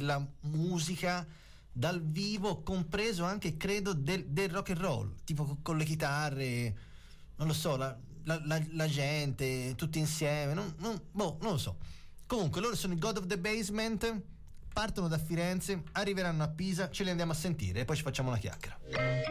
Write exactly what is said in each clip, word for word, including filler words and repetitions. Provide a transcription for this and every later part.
della musica dal vivo, compreso anche credo del, del rock and roll, tipo con, con le chitarre, non lo so, la, la, la, la gente tutti insieme, non, non, boh, non lo so. Comunque loro sono i God of the Basement, partono da Firenze, arriveranno a Pisa, ce li andiamo a sentire e poi ci facciamo una chiacchiera.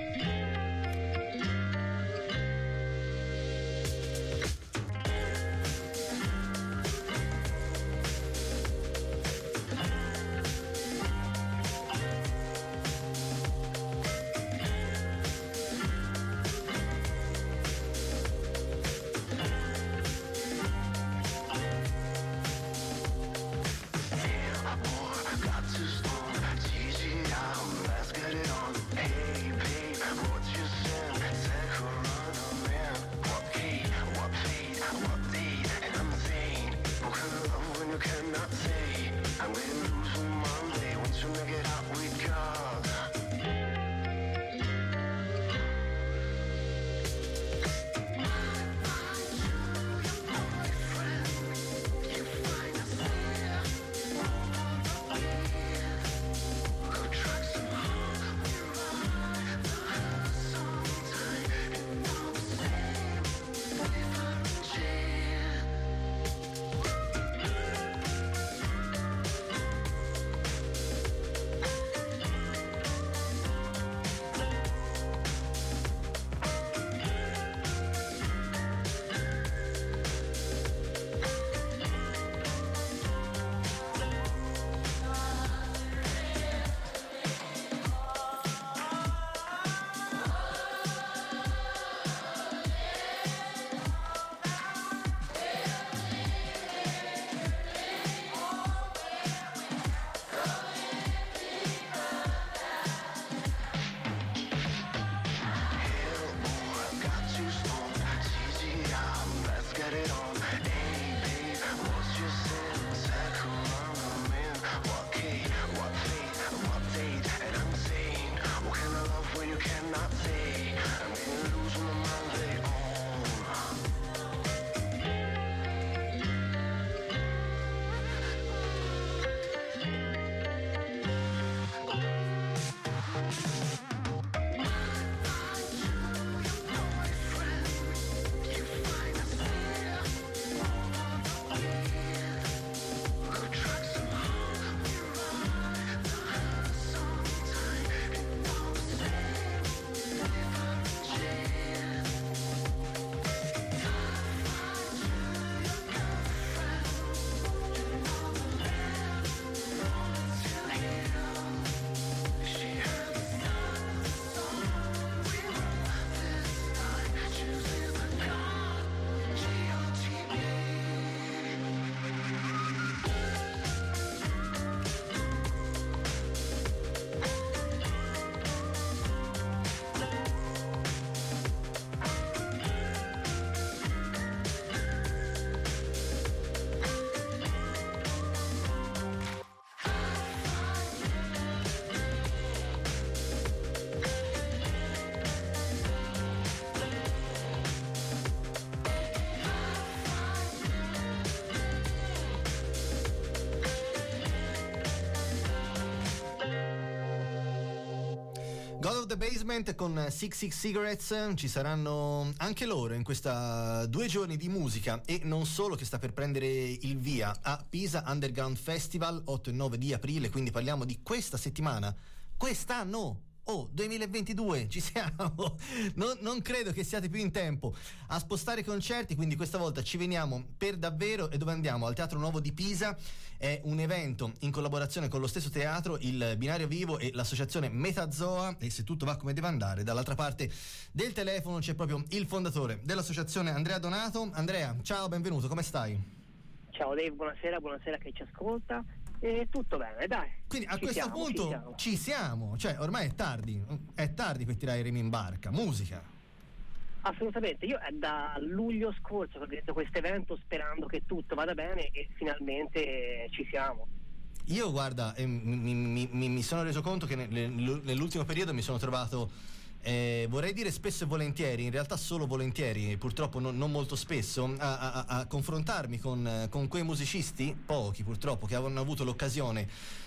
Basement con Six Six Cigarettes. Ci saranno anche loro in questa due giorni di musica e non solo, che sta per prendere il via a Pisa Underground Festival otto e nove di aprile, quindi parliamo di questa settimana, quest'anno. Oh, duemilaventidue, ci siamo. Non, non credo che siate più in tempo a spostare i concerti, quindi questa volta ci veniamo per davvero. E dove andiamo? Al Teatro Nuovo di Pisa. È un evento in collaborazione con lo stesso teatro, il Binario Vivo e l'associazione Metazoa, e se tutto va come deve andare, dall'altra parte del telefono c'è proprio il fondatore dell'associazione, Andrea Donato. Andrea, ciao, benvenuto, come stai? Ciao Dave, buonasera, buonasera a chi ci ascolta. E tutto bene, dai. Quindi a ci questo siamo, punto ci siamo. ci siamo, cioè ormai è tardi, è tardi per tirare i remi in barca, musica. Assolutamente, io è da luglio scorso che ho organizzato questo evento sperando che tutto vada bene e finalmente ci siamo. Io guarda, eh, mi, mi, mi, mi sono reso conto che nell'ultimo periodo mi sono trovato, eh, vorrei dire spesso e volentieri, in realtà solo volentieri, purtroppo non, non molto spesso, a, a, a confrontarmi con, con quei musicisti, pochi purtroppo, che avevano avuto l'occasione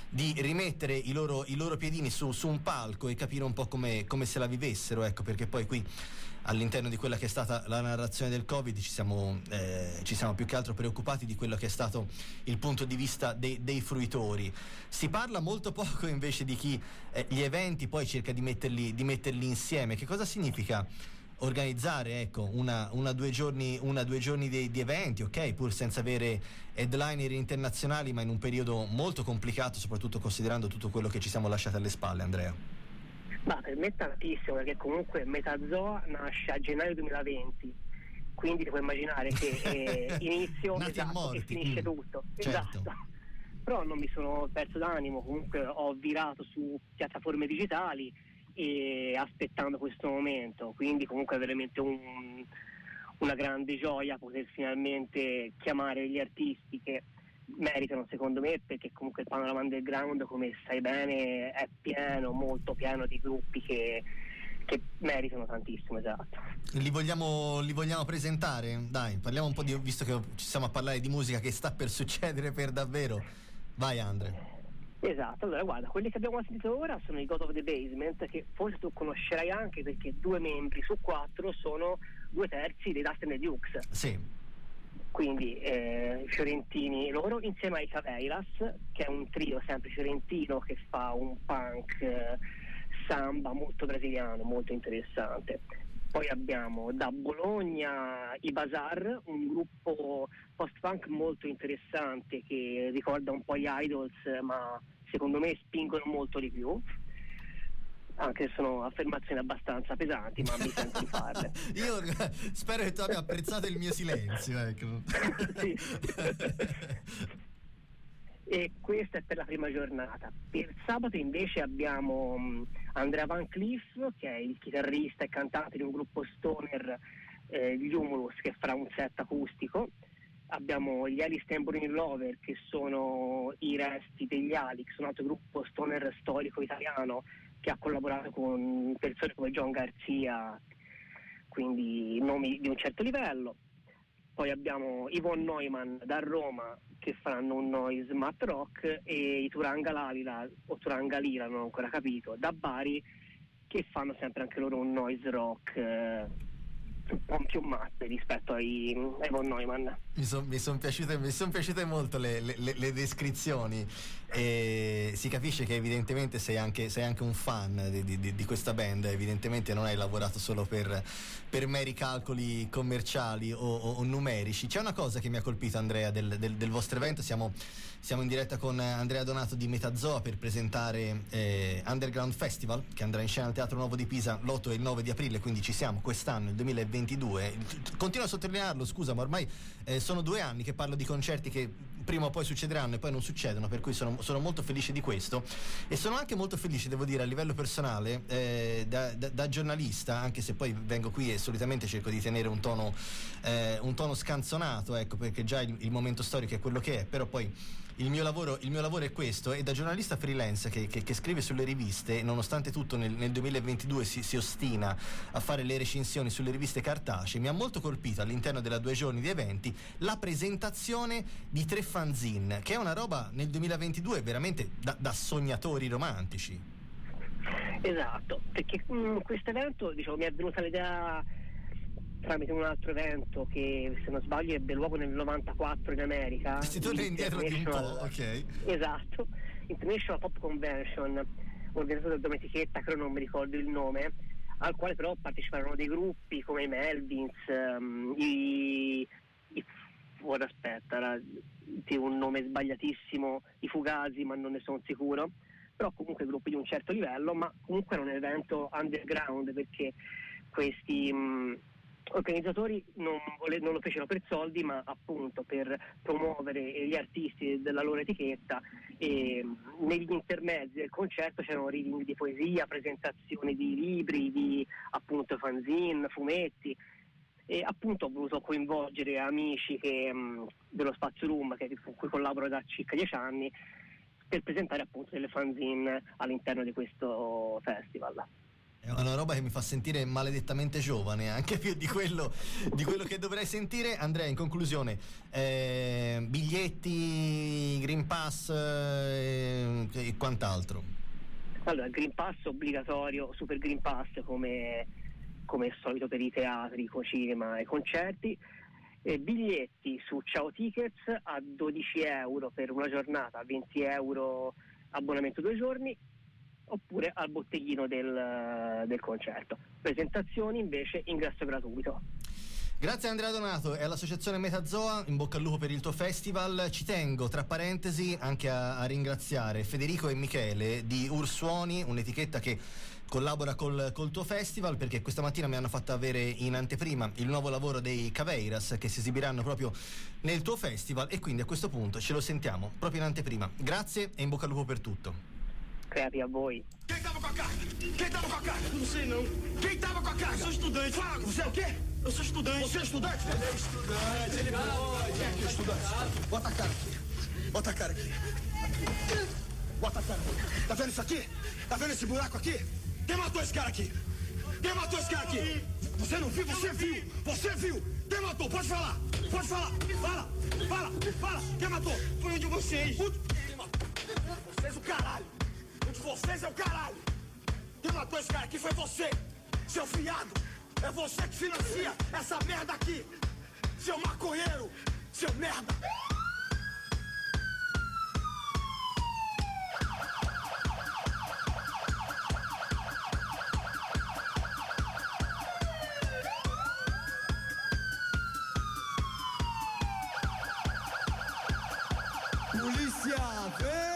di rimettere i loro, i loro piedini su, su un palco e capire un po' come, come se la vivessero, ecco, perché poi qui all'interno di quella che è stata la narrazione del Covid ci siamo, eh, ci siamo più che altro preoccupati di quello che è stato il punto di vista dei, dei fruitori. Si parla molto poco invece di chi eh, gli eventi poi cerca di metterli, di metterli insieme. Che cosa significa organizzare, ecco, una, una due giorni, una due giorni di, di eventi, ok, pur senza avere headliner internazionali, ma in un periodo molto complicato, soprattutto considerando tutto quello che ci siamo lasciati alle spalle, Andrea? Ma per me è tantissimo, perché comunque Metazoa nasce a gennaio duemilaventi, quindi ti puoi immaginare che eh, inizio esatto, e finisce mm. tutto. Certo. Esatto. Però non mi sono perso d'animo, comunque ho virato su piattaforme digitali e aspettando questo momento, quindi comunque è veramente un, una grande gioia poter finalmente chiamare gli artisti che meritano, secondo me, perché comunque il panorama underground, come sai bene, è pieno, molto pieno di gruppi che, che meritano tantissimo. Esatto. Li vogliamo, li vogliamo presentare? Dai, parliamo un po' di, visto che ci stiamo a parlare di musica che sta per succedere per davvero. Vai, Andre. Esatto, allora guarda, quelli che abbiamo sentito ora sono i God of the Basement, che forse tu conoscerai anche perché due membri su quattro sono due terzi dei Dust and the Dukes. Sì. Quindi eh, fiorentini loro insieme ai Caveiras, che è un trio sempre fiorentino che fa un punk eh, samba molto brasiliano, molto interessante. Poi abbiamo da Bologna i Bazar, un gruppo post-punk molto interessante che ricorda un po' gli Idols, ma secondo me spingono molto di più, anche se sono affermazioni abbastanza pesanti, ma mi sento di farle. Io spero che tu abbia apprezzato il mio silenzio, ecco. Sì. E questa è per la prima giornata. Per sabato invece abbiamo um, Andrea Van Cliff, che è il chitarrista e cantante di un gruppo stoner, eh, gli Humulus, che farà un set acustico. Abbiamo gli Alice Tambourine Lover, che sono i resti degli Alix, un altro gruppo stoner storico italiano che ha collaborato con persone come John Garcia, quindi nomi di un certo livello. Poi abbiamo Yvonne Neumann da Roma, che faranno un noise mat rock, e i Turanga Lalila o Turanga Lila, non ho ancora capito, da Bari, che fanno sempre anche loro un noise rock eh, un po' più matte rispetto ai, ai Von Neumann. Mi sono mi son piaciute, mi son piaciute molto le, le, le descrizioni, e si capisce che evidentemente sei anche, sei anche un fan di, di, di questa band, evidentemente non hai lavorato solo per, per meri calcoli commerciali o, o, o numerici. C'è una cosa che mi ha colpito, Andrea, del, del, del vostro evento. Siamo, siamo in diretta con Andrea Donato di Metazoa per presentare eh, Underground Festival, che andrà in scena al Teatro Nuovo di Pisa l'otto e il nove di aprile, quindi ci siamo quest'anno, il duemilaventidue. Continuo a sottolinearlo, scusa, ma ormai eh, sono due anni che parlo di concerti che prima o poi succederanno e poi non succedono, per cui sono, sono molto felice di questo, e sono anche molto felice, devo dire, a livello personale, eh, da, da, da giornalista, anche se poi vengo qui e solitamente cerco di tenere un tono eh, un tono scanzonato, ecco, perché già il, il momento storico è quello che è, però poi il mio lavoro, il mio lavoro è questo, e da giornalista freelance che, che, che scrive sulle riviste, nonostante tutto nel, nel duemilaventidue si, si ostina a fare le recensioni sulle riviste cartacee, mi ha molto colpito all'interno della due giorni di eventi la presentazione di tre fanzine, che è una roba nel duemilaventidue veramente da, da sognatori romantici. Esatto, perché questo evento, diciamo, mi è venuta l'idea tramite un altro evento che, se non sbaglio, ebbe luogo nel novantaquattro in America. Si torna indietro di un po', ok. Esatto, International Pop Convention, organizzato da Domenichetta, che non mi ricordo il nome, al quale però parteciparono dei gruppi come i Melvins, um, i, i ora aspetta, era di un nome sbagliatissimo, i Fugazi, ma non ne sono sicuro, però comunque gruppi di un certo livello, ma comunque era un evento underground, perché questi mh, organizzatori non, vole, non lo fecero per soldi, ma appunto per promuovere gli artisti della loro etichetta, e mh, negli intermezzi del concerto c'erano reading di poesia, presentazioni di libri, di appunto fanzine, fumetti, e appunto ho voluto coinvolgere amici che, mh, dello Spazio Room, che, con cui collaboro da circa dieci anni, per presentare appunto delle fanzine all'interno di questo festival. È una roba che mi fa sentire maledettamente giovane, anche più di quello, di quello che dovrei sentire. Andrea, in conclusione, eh, biglietti, Green Pass eh, e quant'altro? Allora, Green Pass obbligatorio, Super Green Pass come, come al solito per i teatri, i cinema e i concerti. Eh, biglietti su Ciao Tickets a dodici euro per una giornata, venti euro abbonamento due giorni, oppure al botteghino del, del concerto. Presentazioni invece ingresso gratuito. Grazie Andrea Donato e all'associazione Metazoa, in bocca al lupo per il tuo festival. Ci tengo tra parentesi anche a, a ringraziare Federico e Michele di Ursuoni, un'etichetta che collabora col, col tuo festival, perché questa mattina mi hanno fatto avere in anteprima il nuovo lavoro dei Caveiras che si esibiranno proprio nel tuo festival, e quindi a questo punto ce lo sentiamo proprio in anteprima. Grazie e in bocca al lupo per tutto. Crepi a voi. Quem tava com a carga? Quem tava com a carga? Não sei não. Quem tava com a carga? Eu sou estudante. Fala, você é o quê? Eu sou estudante. Você é estudante? Ele é estudante. Ele pode. Quem é que é estudante? Bota a cara aqui. Bota a cara aqui. Bota a cara aqui. Tá vendo isso aqui? Tá vendo esse buraco aqui? Quem matou esse cara aqui? Quem matou esse cara aqui? Você não viu? Você viu? Você viu? Quem matou? Pode falar. Pode falar. Fala. Fala. Fala. Quem matou? Foi um de vocês. Quem matou? Vocês o caralho. Um de vocês é o caralho. Quem matou esse cara aqui foi você, seu fiado. É você que financia essa merda aqui, seu maconheiro, seu merda. Polícia, vem!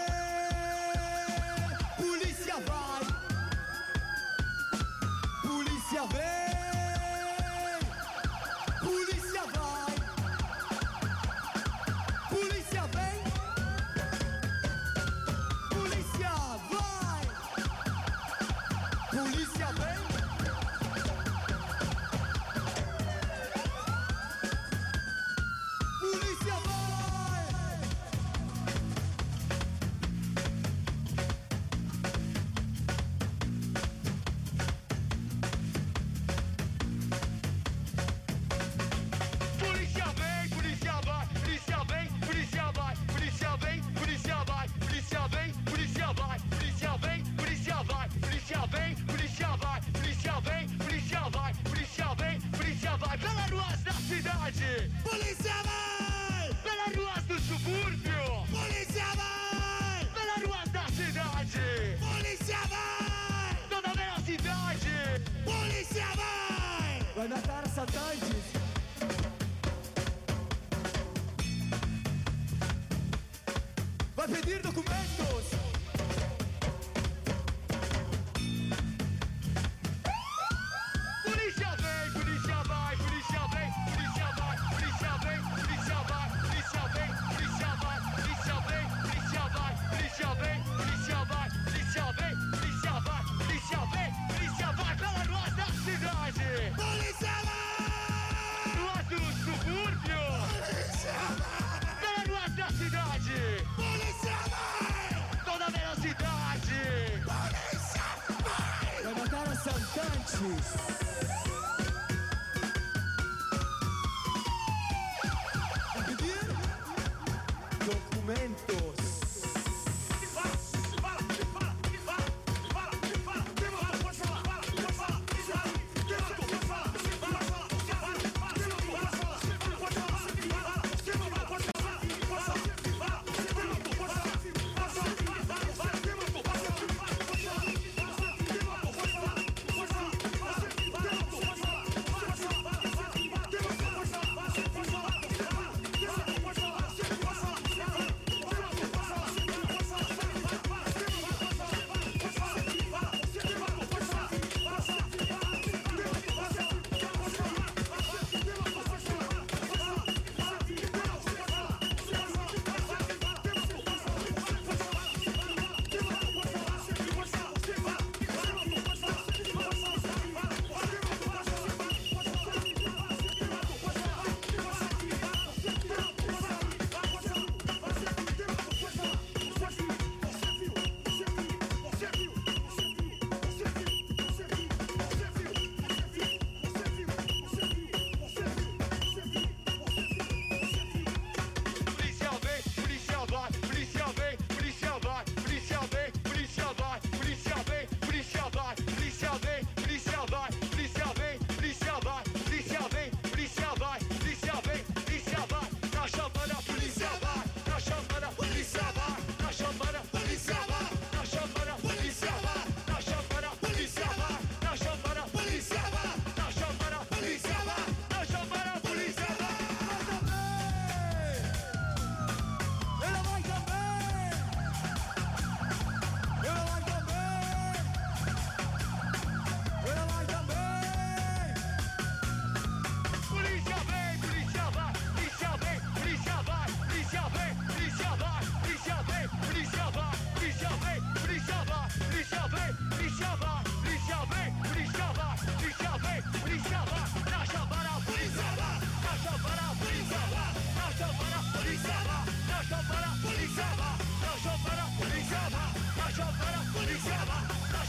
Polícia vem! Polícia vai! Polícia vem! Polícia vai! Polícia vem! Polícia vai! Polícia vai! Pelas ruas do subúrbio! Polícia vai! Pelas ruas da cidade! Polícia vai! Toda velocidade! Polícia vai! Vai matar assaltantes! Vai pedir documentos! Polícia vem, polícia vai, polícia vem, polícia vai, polícia vem, polícia vai, polícia vem, polícia vai, polícia vem, polícia vai, polícia vem, polícia vai, polícia vem, polícia vai, polícia vem, polícia vai pelas ruas da cidade! Polícia vai! Ruas do subúrbio! Polícia vai! Pelas ruas da cidade! Polícia vai! Toda velocidade! Polícia vai! Vai matar assaltantes! Vai pedir documentos! Polícia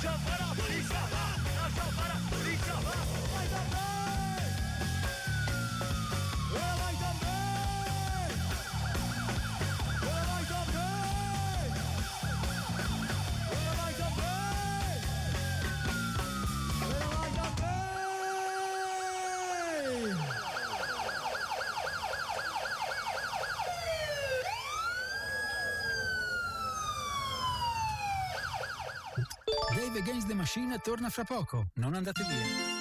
polizia va, la polizia va, lascia fare la polizia va. Vai da me! E vai da me! E vai da me! E vai da me! E vai da me! Dave Against the Machine torna fra poco, non andate via.